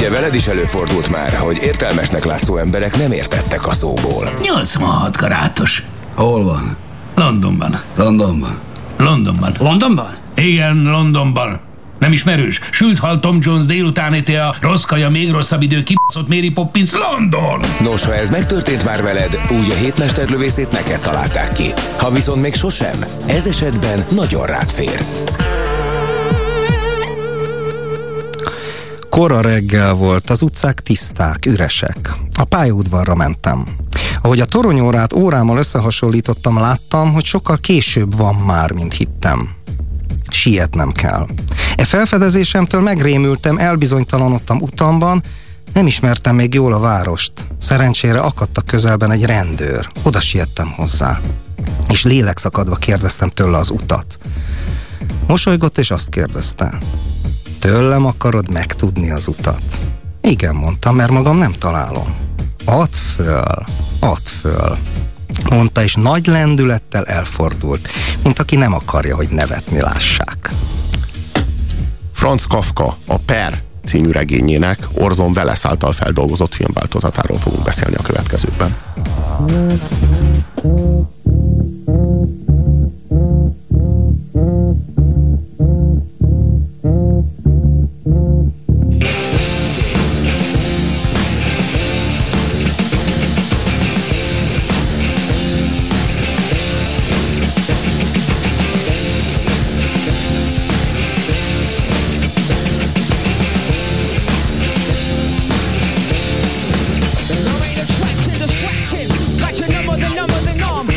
Ugye veled is előfordult már, hogy értelmesnek látszó emberek nem értettek a szóból. 86 karátos. Hol van? Londonban. Londonban. Londonban. Londonban? Igen, Londonban. Nem ismerős? Sült hal Tom Jones délután éte a rossz kaja, még rosszabb idő, kibaszott Mary Poppins, London! Nos, ha ez megtörtént már veled, úgy a hétmesterlövészét neked találták ki. Ha viszont még sosem, ez esetben nagyon rád fér. Kora reggel volt, az utcák tiszták, üresek. A pályaudvarra mentem. Ahogy a toronyórát órámmal összehasonlítottam, láttam, hogy sokkal később van már, mint hittem. Sietnem kell. E felfedezésemtől megrémültem, elbizonytalanodtam utamban, nem ismertem még jól a várost. Szerencsére akadt a közelben egy rendőr. Oda siettem hozzá. És lélekszakadva kérdeztem tőle az utat. Mosolygott és azt kérdezte: tőlem akarod megtudni az utat? Igen, mondtam, mert magam nem találom. Add föl, mondta, és nagy lendülettel elfordult, mint aki nem akarja, hogy nevetni lássák. Franz Kafka a Per című regényének Orson Welles által feldolgozott filmváltozatáról fogunk beszélni a következőkben. Distraction, got your number, the number, the norm.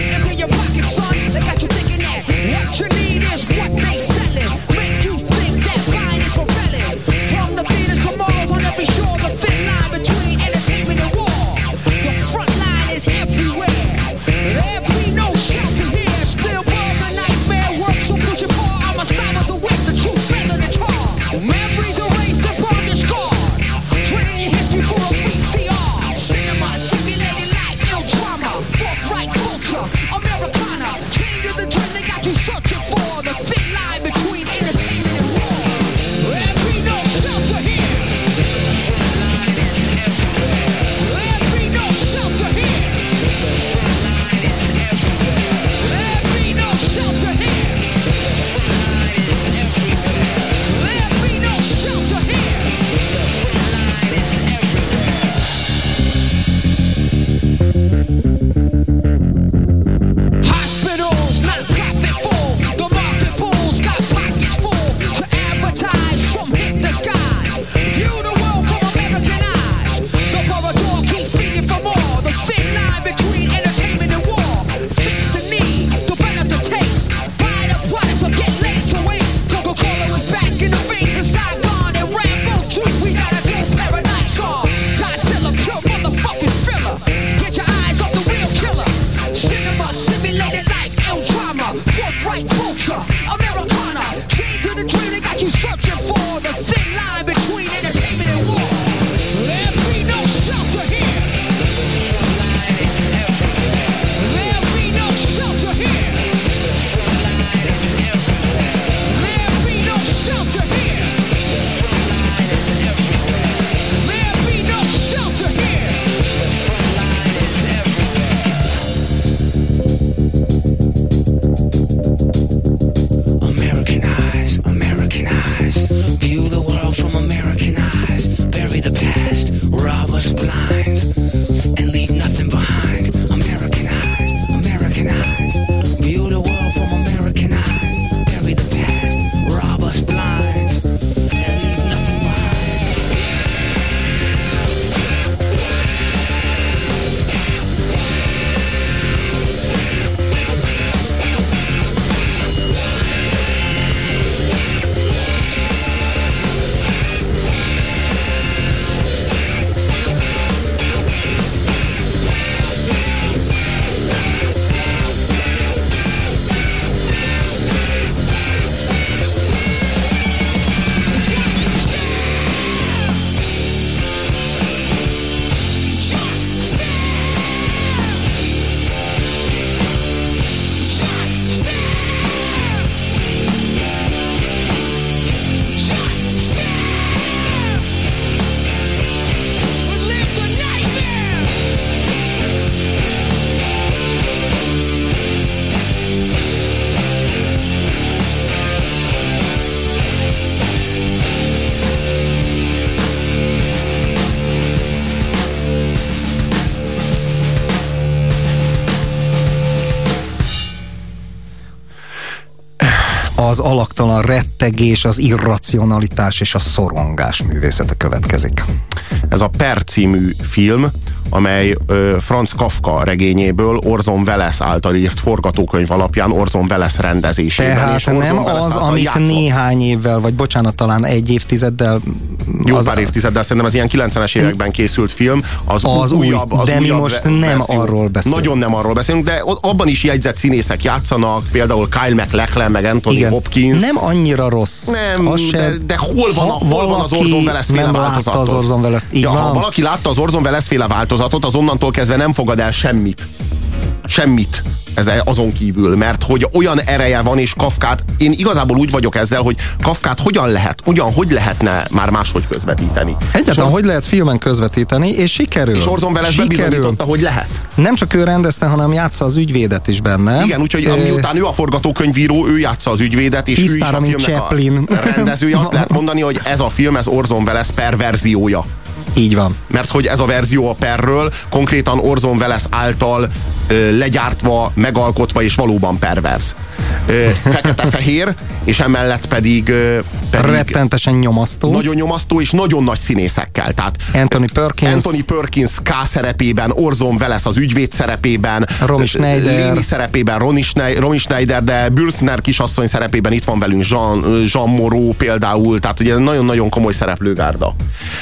az alaktalan rettegés, az irracionalitás és a szorongás művészete következik. Ez a Per című film, amely Franz Kafka regényéből Orson Welles által írt forgatókönyv alapján Orson Welles rendezésében. Tehát és Orson nem Welles az, amit játszott. néhány évvel, vagy bocsánat, talán egy évtizeddel... Jó pár évtizeddel, szerintem ez ilyen 90-es években készült film. Az újabb, de mi most nem verzió. arról beszélünk. Nagyon nem arról beszélünk, de abban is jegyzett színészek játszanak, például Kyle MacLachlan, meg Anthony Hopkins. Nem annyira rossz. Nem, de hol van az Orson Welles féle változat? Az Orson Welles, ha valaki látta az Orson Welles féle változatot, az onnantól kezdve nem fogad el semmit. Semmit. Ez azon kívül, mert hogy olyan ereje van, és Kafkát, én igazából úgy vagyok ezzel, hogy Kafkát hogy lehetne már máshogy közvetíteni. Egyáltalán hogy lehet filmen közvetíteni, és sikerül. És Orson Welles bebizonyította, hogy lehet. Nem csak ő rendezte, hanem játsza az ügyvédet is benne. Igen, úgyhogy miután ő a forgatókönyvíró, ő játsza az ügyvédet, és ő is a filmnek a rendezője. Azt lehet mondani, hogy ez a film, ez Orson Welles Per verziója. Így van. Mert hogy ez a verzió a Perről konkrétan Orson Welles által legyártva, megalkotva és valóban perverz. Fekete-fehér, és emellett pedig rettentesen nyomasztó. Nagyon nyomasztó, és nagyon nagy színészekkel. Tehát Anthony Perkins K szerepében, Orson Welles az ügyvéd szerepében, Romy Schneider. Léni szerepében, Romy Schneider, de Bülsner kisasszony szerepében itt van velünk Jean Moreau például, tehát ugye nagyon-nagyon komoly szereplőgárda.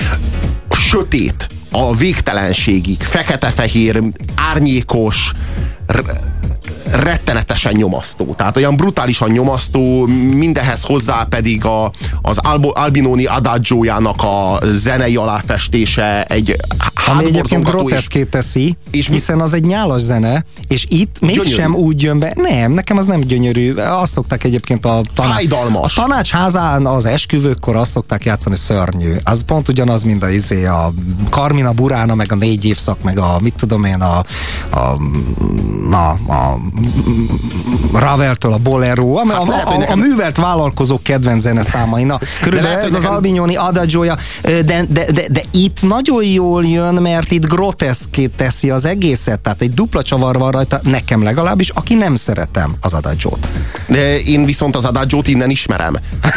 Sötét, a végtelenségig, fekete-fehér, árnyékos, rettenetesen nyomasztó. Tehát olyan brutálisan nyomasztó, mindehez hozzá pedig az Albinoni Adagio-jának a zenei aláfestése egy ami egyébként groteszké teszi, hiszen az egy nyálas zene, és itt mégsem úgy jön be. Nem, nekem az nem gyönyörű. Azt szokták egyébként a tanácsházán az esküvőkkor azt szokták játszani, szörnyű. Az pont ugyanaz, mint a Carmina Burana, meg a 4 évszak, meg a mit tudom én, a Raveltől a Bolero, a művelt vállalkozók kedvenc zeneszámai. Na, körülbelül ez az Albinoni Adagio-ja, de itt nagyon jól jön, mert itt groteszkét teszi az egészet, tehát egy dupla csavar van rajta, nekem legalábbis, aki nem szeretem az Adagiót. De én viszont az Adagiót innen ismerem.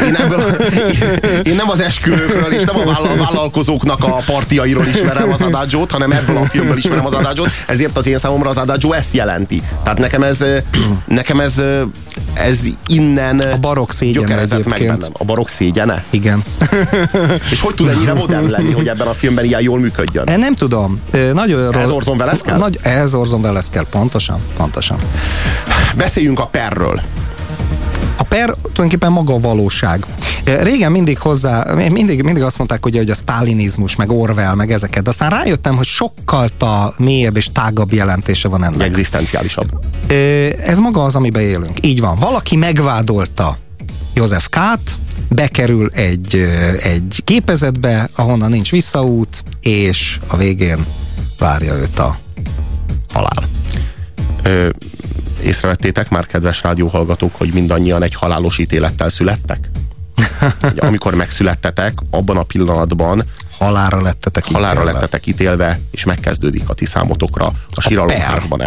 Én nem az esküvőkről és nem a vállalkozókknak a partiairól ismerem az Adagiót, hanem ebből a filmből ismerem az Adagiót, ezért az én számomra az Adagio ezt jelenti. Tehát nekem ez innen a barokk szégyene meg bennem. A barokk szégyene? Igen. És hogy tud ennyire modern lenni, hogy ebben a filmben ilyen jól működjön? Nem tudom. Nagyon ez Orson Welles kell? Ez Orson Welles kell, pontosan. Beszéljünk a Perről. A Per tulajdonképpen maga a valóság. Régen mindig azt mondták, hogy a sztálinizmus, meg Orwell, meg ezeket, de aztán rájöttem, hogy sokkal mélyebb és tágabb jelentése van ennek. Egzisztenciálisabb. Ez maga az, amiben élünk. Így van. Valaki megvádolta József K-t, bekerül egy gépezetbe, ahonnan nincs visszaút, és a végén várja őt a halál. Észrevettétek már, kedves rádióhallgatók, hogy mindannyian egy halálos ítélettel születtek? Amikor megszülettetek, abban a pillanatban halálra lettetek ítélve, és megkezdődik a ti számotokra a síralomházban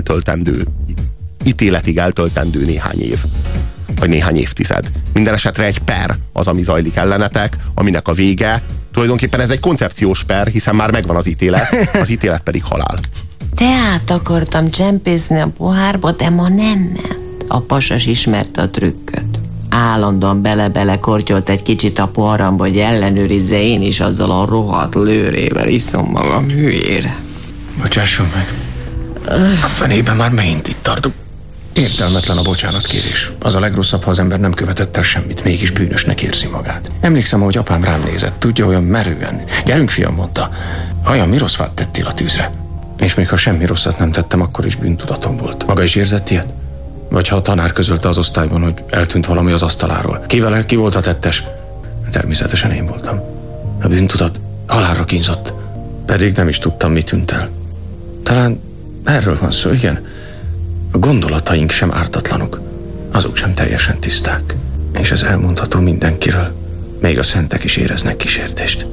ítéletig eltöltendő néhány év, vagy néhány évtized. Minden esetre egy per az, ami zajlik ellenetek, aminek a vége, tulajdonképpen ez egy koncepciós per, hiszen már megvan az ítélet pedig halál. Teát akartam csempészni a pohárba, de ma nem ment. A pasas ismerte a trükköt. Állandóan bele-bele kortyolt egy kicsit a poharamba, hogy ellenőrizze, én is azzal a rohadt lőrével iszom magam hülyére. Bocsásson meg. A fenében már megint itt tartunk. Értelmetlen a bocsánatkérés. Az a legrosszabb, ha az ember nem követett el semmit, mégis bűnösnek érzi magát. Emlékszem, ahogy apám rám nézett, tudja, olyan merően. Gyerünk, fiam, mondta. Hajan, mi rossz fát tettél a tűzre? És még ha semmi rosszat nem tettem, akkor is bűntudatom volt. Maga is érzett ilyet? Vagy ha a tanár közölte az osztályban, hogy eltűnt valami az asztaláról. Ki volt a tettes? Természetesen én voltam. A bűntudat halálra kínzott. Pedig nem is tudtam, mi tűnt el. Talán erről van szó, igen. A gondolataink sem ártatlanok. Azok sem teljesen tiszták. És ez elmondható mindenkiről. Még a szentek is éreznek kísértést.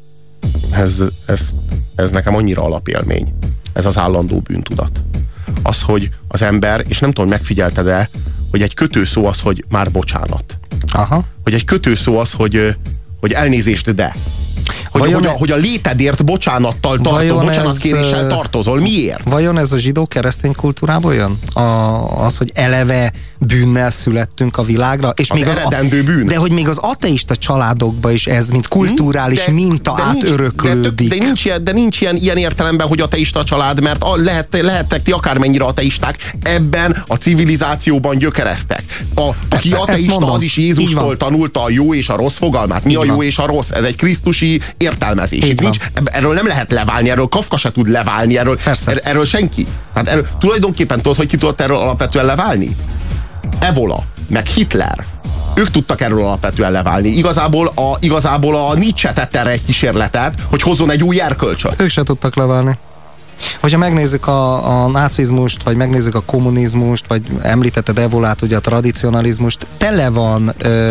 Ez nekem annyira alapélmény. Ez az állandó bűntudat. Az, hogy az ember, és nem tudom, megfigyelted-e, hogy egy kötőszó az, hogy már bocsánat. Aha. Hogy egy kötőszó az, hogy elnézést, de. Hogy a létedért bocsánattal bocsánatkéréssel tartozol. Miért? Vajon ez a zsidó-keresztény kultúrából jön? Az, hogy eleve bűnnel születtünk a világra? És az még eredendő bűn. De hogy még az ateista családokban is ez, mint kulturális minta átöröklődik. De nincs ilyen értelemben, hogy ateista család, mert lehettek ti akármennyire ateisták, ebben a civilizációban gyökereztek. Aki ateista, az is Jézustól tanulta a jó és a rossz fogalmát. Mi a jó és a rossz? Ez egy krisztusi értelmezés. Erről nem lehet leválni, erről Kafka se tud leválni, erről senki. Hát tulajdonképpen tudod, hogy ki tudott erről alapvetően leválni? Evola, meg Hitler. Ők tudtak erről alapvetően leválni. Igazából a Nietzsche tett erre egy kísérletet, hogy hozzon egy új erkölcsöt. Ők se tudtak leválni. Hogyha megnézzük a nácizmust, vagy megnézzük a kommunizmust, vagy említetted Evolát, ugye a tradicionalizmust, tele van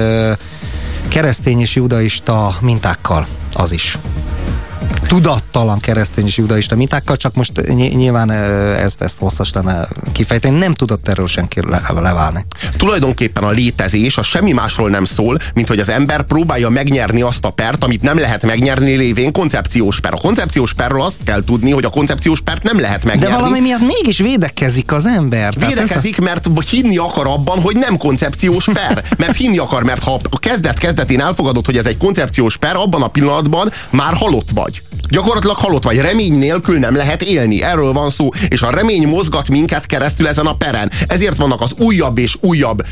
keresztény és judaista mintákkal az is. Tudattalan keresztény és judaista mintákkal, csak most nyilván ezt hosszas lenne kifejteni, nem tudott erről senki leválni. Tulajdonképpen a létezés az semmi másról nem szól, mint hogy az ember próbálja megnyerni azt a pert, amit nem lehet megnyerni lévén koncepciós per. A koncepciós perről azt kell tudni, hogy a koncepciós pert nem lehet megnyerni. De valami miatt mégis védekezik az ember. Védekezik, mert hinni akar abban, hogy nem koncepciós per. Mert hinni akar, mert ha a kezdetén elfogadod, hogy ez egy koncepciós per, abban a pillanatban már halott vagy. Gyakorlatilag halott vagy, remény nélkül nem lehet élni. Erről van szó, és a remény mozgat minket keresztül ezen a peren. Ezért vannak az újabb és újabb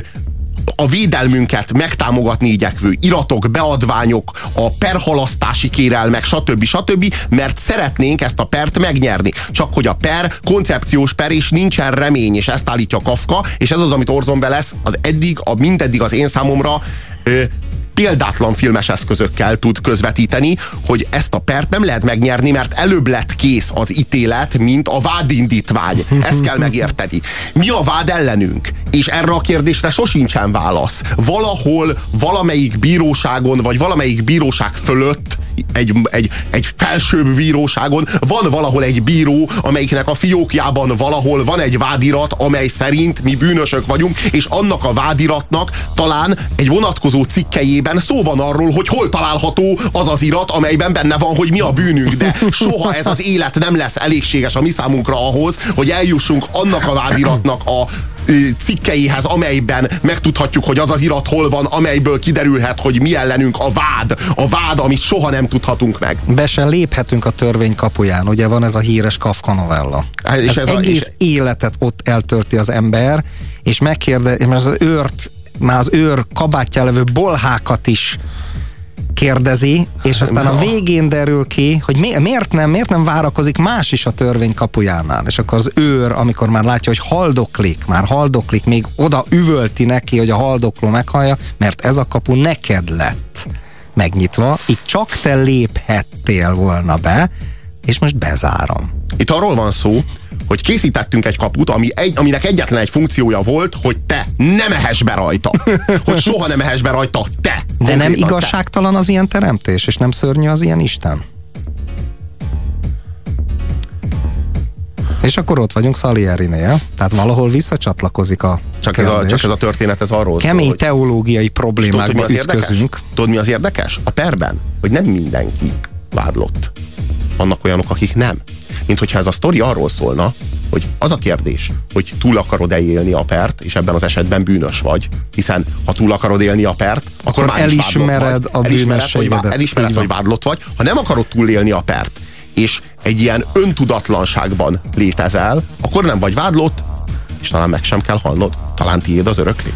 a védelmünket megtámogatni igyekvő iratok, beadványok, a perhalasztási kérelmek, stb., mert szeretnénk ezt a pert megnyerni. Csak hogy a per koncepciós per, és nincsen remény, és ezt állítja Kafka, és ez az, amit Orson Welles mindeddig az én számomra példátlan filmes eszközökkel tud közvetíteni, hogy ezt a pert nem lehet megnyerni, mert előbb lett kész az ítélet, mint a vádindítvány. Ezt kell megérteni. Mi a vád ellenünk? És erre a kérdésre sosincsen válasz. Valahol, valamelyik bíróságon, vagy valamelyik bíróság fölött, egy felsőbb bíróságon van valahol egy bíró, amelyiknek a fiókjában valahol van egy vádirat, amely szerint mi bűnösök vagyunk, és annak a vádiratnak talán egy vonatkozó cikkelyében szó van arról, hogy hol található az az irat, amelyben benne van, hogy mi a bűnünk, de soha ez az élet nem lesz elégséges a mi számunkra ahhoz, hogy eljussunk annak a vádiratnak a cikkeihez, amelyben megtudhatjuk, hogy az az irat hol van, amelyből kiderülhet, hogy mi ellenünk a vád, amit soha nem tudhatunk meg. Be se léphetünk a törvény kapuján, ugye van ez a híres Kafka novella. És ez egész életet ott eltölti az ember, és már az őr kabátján levő bolhákat is kérdezi, és aztán a végén derül ki, hogy miért nem várakozik más is a törvény kapujánál. És akkor az őr, amikor már látja, hogy haldoklik, még oda üvölti neki, hogy a haldokló meghallja, mert ez a kapu neked lett megnyitva, itt csak te léphettél volna be, és most bezárom. Itt arról van szó, hogy készítettünk egy kaput, aminek egyetlen egy funkciója volt, hogy te nem ehess be rajta. Hogy soha nem ehess be rajta te. De nem igazságtalan az ilyen teremtés, és nem szörnyű az ilyen Isten? És akkor ott vagyunk Salierinél, tehát valahol visszacsatlakozik a csak ez a történet, ez arról kemény szól, teológiai problémákba ütközünk. Tudod, mi az érdekes? A perben, hogy nem mindenki vádlott. Vannak olyanok, akik nem. Mint hogyha ez a sztori arról szólna, hogy az a kérdés, hogy túl akarod-e élni a pert, és ebben az esetben bűnös vagy, hiszen ha túl akarod élni a pert, akkor már elismered a bűnösségedet. Elismered, hogy vádlott vagy. Ha nem akarod túlélni a pert, és egy ilyen öntudatlanságban létezel, akkor nem vagy vádlott, és talán meg sem kell halnod. Talán tiéd az öröklét.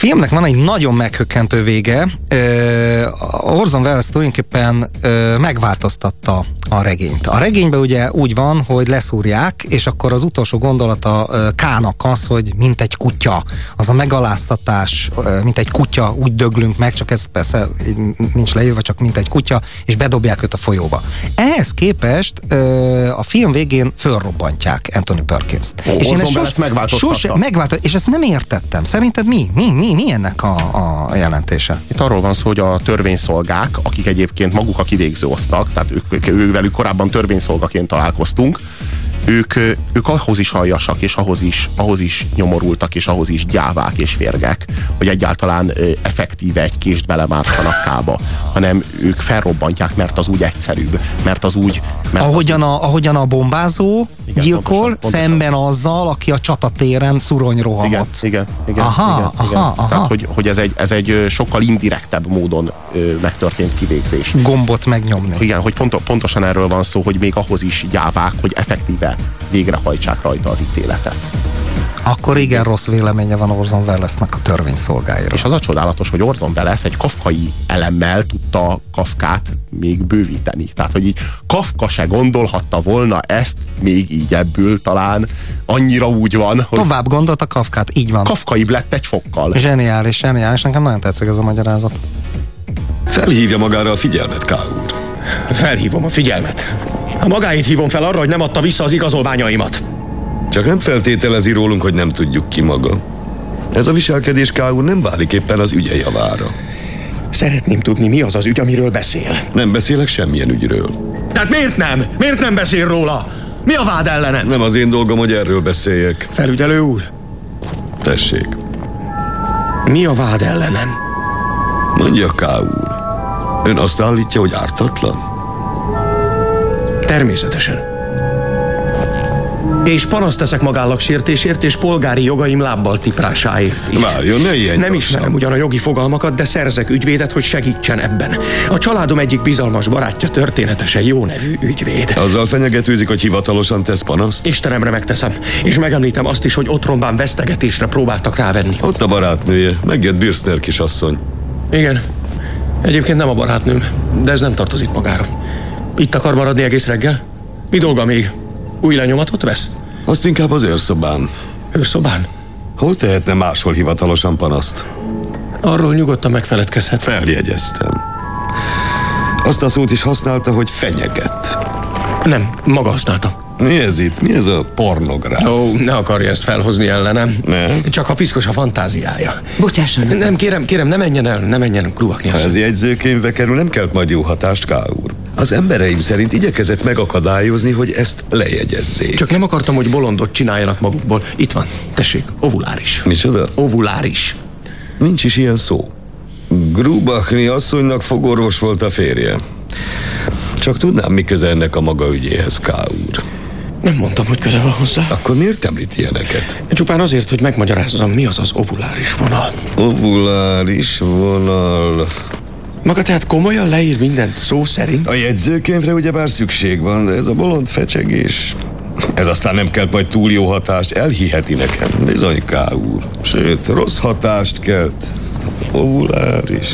filmnek van egy nagyon meghökkentő vége. Orson Welles tulajdonképpen megváltoztatta a regényt. A regényben ugye úgy van, hogy leszúrják, és akkor az utolsó gondolata K-nak az, hogy mint egy kutya, az a megaláztatás, mint egy kutya, úgy döglünk meg, csak ez persze nincs leírva, csak mint egy kutya, és bedobják őt a folyóba. Ehhez képest a film végén fölrobbantják Anthony Perkins-t. És én ezt megváltoztatta. És ezt nem értettem. Szerinted mi ennek a jelentése? Itt arról van szó, hogy a törvényszolgák, akik egyébként maguk a kivégző osztag, tehát velük korábban törvényszolgaként találkoztunk, ők ahhoz is aljasak, és ahhoz is nyomorultak, és ahhoz is gyávák és férgek, hogy egyáltalán effektíve egy kést belemársanak K-ba, hanem ők felrobbantják, mert az úgy egyszerűbb, mert az úgy... Ahogyan a bombázó igen, gyilkol, pontosan. Szemben azzal, aki a csatatéren szuronyrohamot. Igen. Aha. Tehát, hogy ez egy sokkal indirektebb módon megtörtént kivégzés. Gombot megnyomni. Igen, hogy pontosan erről van szó, hogy még ahhoz is gyávák, hogy effektíve végrehajtsák rajta az ítéletet. Akkor igen rossz véleménye van Orson Wellesnek a törvényszolgáiról. És az a csodálatos, hogy Orson Welles egy kafkai elemmel tudta Kafkát még bővíteni. Tehát, hogy így Kafka se gondolhatta volna ezt még így ebből talán annyira úgy van, hogy... Tovább gondolta Kafkát, így van. Kafkaibb lett egy fokkal. Zseniális, nekem nagyon tetszik ez a magyarázat. Felhívja magára a figyelmet, K. úr. Felhívom a figyelmet. A magáit hívom fel arra, hogy nem adta vissza az igazolványaimat. Csak nem feltételezi rólunk, hogy nem tudjuk ki maga. Ez a viselkedés, K. úr, nem válik éppen az ügye javára. Szeretném tudni, mi az az ügy, amiről beszél. Nem beszélek semmilyen ügyről. Tehát miért nem? Miért nem beszél róla? Mi a vád ellene? Nem az én dolgom, hogy erről beszéljek. Felügyelő úr? Tessék. Mi a vád ellenem? Mondja, K. úr. Ön azt állítja, hogy ártatlan? Természetesen. És panaszt teszek magállagsértésért és polgári jogaim lábbal tiprásáért is. Várjon, ne ilyen Nem ismerem ugyan a jogi fogalmakat, de szerzek ügyvédet, hogy segítsen ebben. A családom egyik bizalmas barátja történetesen jó nevű ügyvéd. Azzal fenyegetőzik, hogy hivatalosan tesz panaszt? Istenemre megteszem, és megemlítem azt is, hogy otromban vesztegetésre próbáltak rávenni. Ott a barátnője, megjött Birster kisasszony. Igen. Egyébként nem a barátnőm, de ez nem tartozik magára. Itt akar maradni egész reggel? Mi dolga még? Új lenyomatot vesz? Azt inkább az őrszobán. Őrszobán? Hol tehetne máshol hivatalosan panaszt? Arról nyugodtan megfeledkezhet. Feljegyeztem. Azt a szót is használta, hogy fenyeget. Nem, maga használta. Mi ez itt? Mi ez a pornográf? Ó, ne akarja ezt felhozni ellenem. Ne? Csak a piszkos a fantáziája. Bocsásson. Nem, kérem, ne menjen el, ne menjen grúakni. Ha ez jegyzőkönyvbe kerül, nem kelt majd jó hatást, K. úr. Az embereim szerint igyekezett megakadályozni, hogy ezt lejegyezzék. Csak nem akartam, hogy bolondot csináljanak magukból. Itt van, tessék, ovuláris. Micsoda? Ovuláris. Nincs is ilyen szó. Grubachni asszonynak fogorvos volt a férje. Csak tudnám, mi köze ennek a maga ügyéhez, K. úr. Nem mondtam, hogy köze van hozzá. Akkor miért említ ilyeneket? Csupán azért, hogy megmagyarázzam, mi az az ovuláris vonal. Ovuláris vonal... Maga tehát komolyan leír mindent szó szerint? A jegyzőkönyvre ugyebár szükség van, de ez a bolond fecsegés... Ez aztán nem kelt majd túl jó hatást, elhiheti nekem. Bizony, K. úr. Sőt, rossz hatást kelt. Ovuláris.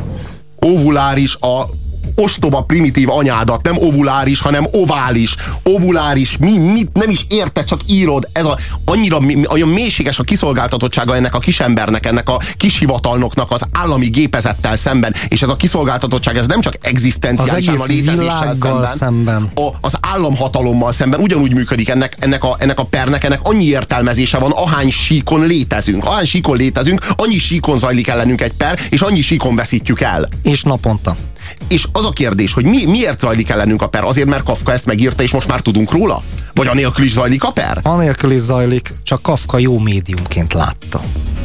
Ovuláris a ostoba primitív anyádat, nem ovuláris, hanem ovális. Ovuláris, mit nem is érted, csak írod. Ez annyira olyan mélységes a kiszolgáltatottsága ennek a kisembernek, ennek a kishivatalnoknak az állami gépezettel szemben, és ez a kiszolgáltatottság, ez nem csak egzisztenciálisan a létezéssel szemben. Az államhatalommal szemben ugyanúgy működik ennek a pernek, ennek annyi értelmezése van, ahány síkon létezünk. Ahány síkon létezünk, annyi síkon zajlik ellenünk egy per, és annyi síkon veszítjük el. És naponta. És az a kérdés, hogy miért zajlik ellenünk a per? Azért, mert Kafka ezt megírta, és most már tudunk róla? Vagy anélkül is zajlik a per? Anélkül is zajlik, csak Kafka jó médiumként látta.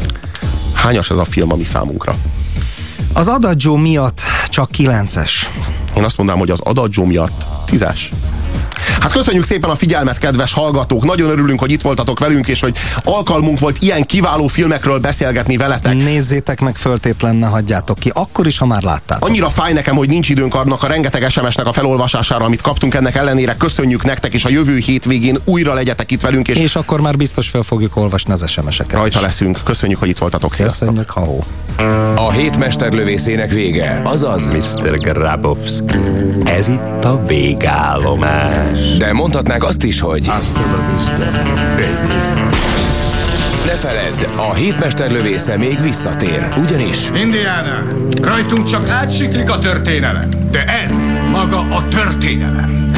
Hányas ez a film a mi számunkra? Az Adagio miatt csak 9-es. Én azt mondanám, hogy az Adagio miatt 10-es. Hát köszönjük szépen a figyelmet, kedves hallgatók! Nagyon örülünk, hogy itt voltatok velünk, és hogy alkalmunk volt ilyen kiváló filmekről beszélgetni veletek. Nézzétek meg, föltétlen ne hagyjátok ki, akkor is, ha már láttátok. Annyira fáj nekem, hogy nincs időnk annak a rengeteg SMS-nek a felolvasására, amit kaptunk, ennek ellenére köszönjük nektek, és a jövő hétvégén újra legyetek itt velünk. És akkor már biztos fel fogjuk olvasni az SMS-eket. Rajta is leszünk. Köszönjük, hogy itt voltatok. Sziasztok. Köszönjük, ha-hó. A hét mesterlövészének vége, azaz Mr. Grabowski, ez itt a végállomás. de mondhatnák azt is, hogy Hasta la vista, baby. ne feledd, a hét mesterlövésze még visszatér, ugyanis Indiana, rajtunk csak átsiklik a történelem, de ez maga a történelem.